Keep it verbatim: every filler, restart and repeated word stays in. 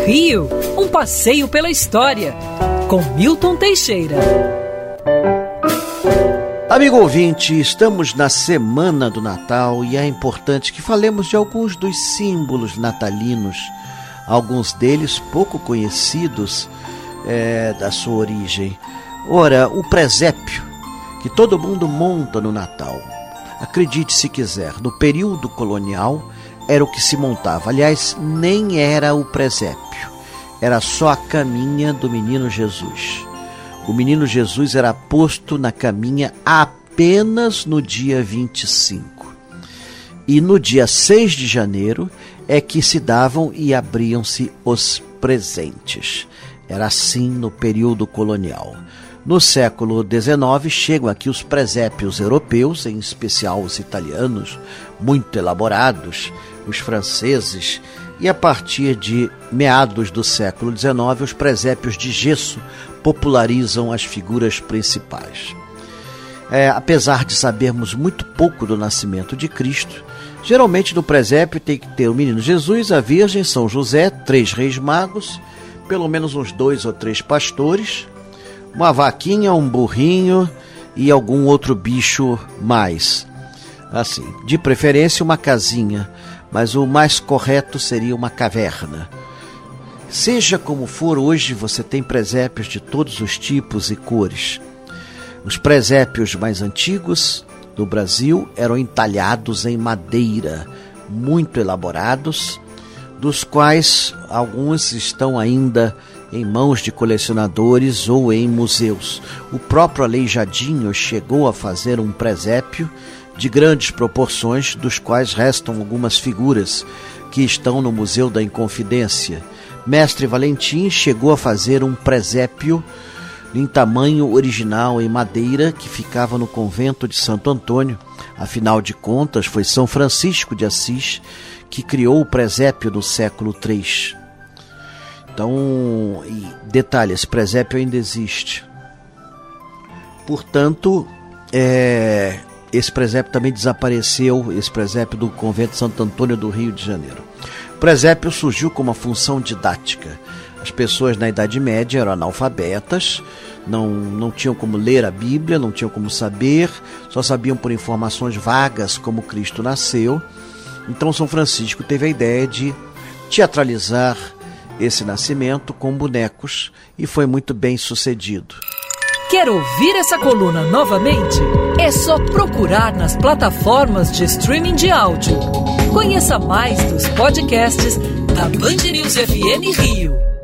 Rio, um passeio pela história, com Milton Teixeira. Amigo ouvinte, estamos na semana do Natal e é importante que falemos de alguns dos símbolos natalinos, alguns deles pouco conhecidos é, da sua origem. Ora, o presépio, que todo mundo monta no Natal. Acredite se quiser, no período colonial era o que se montava. Aliás, nem era o presépio, era só a caminha do menino Jesus. O menino Jesus era posto na caminha apenas no dia vinte e cinco. E no dia seis de janeiro é que se davam e abriam-se os presentes. Era assim no período colonial. No século dezenove chegam aqui os presépios europeus, em especial os italianos, muito elaborados, os franceses, e a partir de meados do século dezenove, os presépios de gesso popularizam as figuras principais. É, apesar de sabermos muito pouco do nascimento de Cristo, geralmente no presépio tem que ter o menino Jesus, a Virgem, São José, três reis magos, pelo menos uns dois ou três pastores, uma vaquinha, um burrinho e algum outro bicho mais. Assim, de preferência uma casinha, mas o mais correto seria uma caverna. Seja como for, hoje você tem presépios de todos os tipos e cores. Os presépios mais antigos do Brasil eram entalhados em madeira, muito elaborados, dos quais alguns estão ainda em mãos de colecionadores ou em museus. O próprio Aleijadinho chegou a fazer um presépio de grandes proporções, dos quais restam algumas figuras que estão no Museu da Inconfidência. Mestre Valentim chegou a fazer um presépio em tamanho original em madeira que ficava no convento de Santo Antônio. Afinal de contas, foi São Francisco de Assis que criou o presépio no século três. Então, e detalhe, esse presépio ainda existe. Portanto, é, esse presépio também desapareceu, esse presépio do convento de Santo Antônio do Rio de Janeiro. O presépio surgiu com uma função didática. As pessoas na Idade Média eram analfabetas, não, não tinham como ler a Bíblia, não tinham como saber, só sabiam por informações vagas como Cristo nasceu. Então São Francisco teve a ideia de teatralizar esse nascimento com bonecos e foi muito bem sucedido. Quer ouvir essa coluna novamente? É só procurar nas plataformas de streaming de áudio. Conheça mais dos podcasts da Band News F M Rio.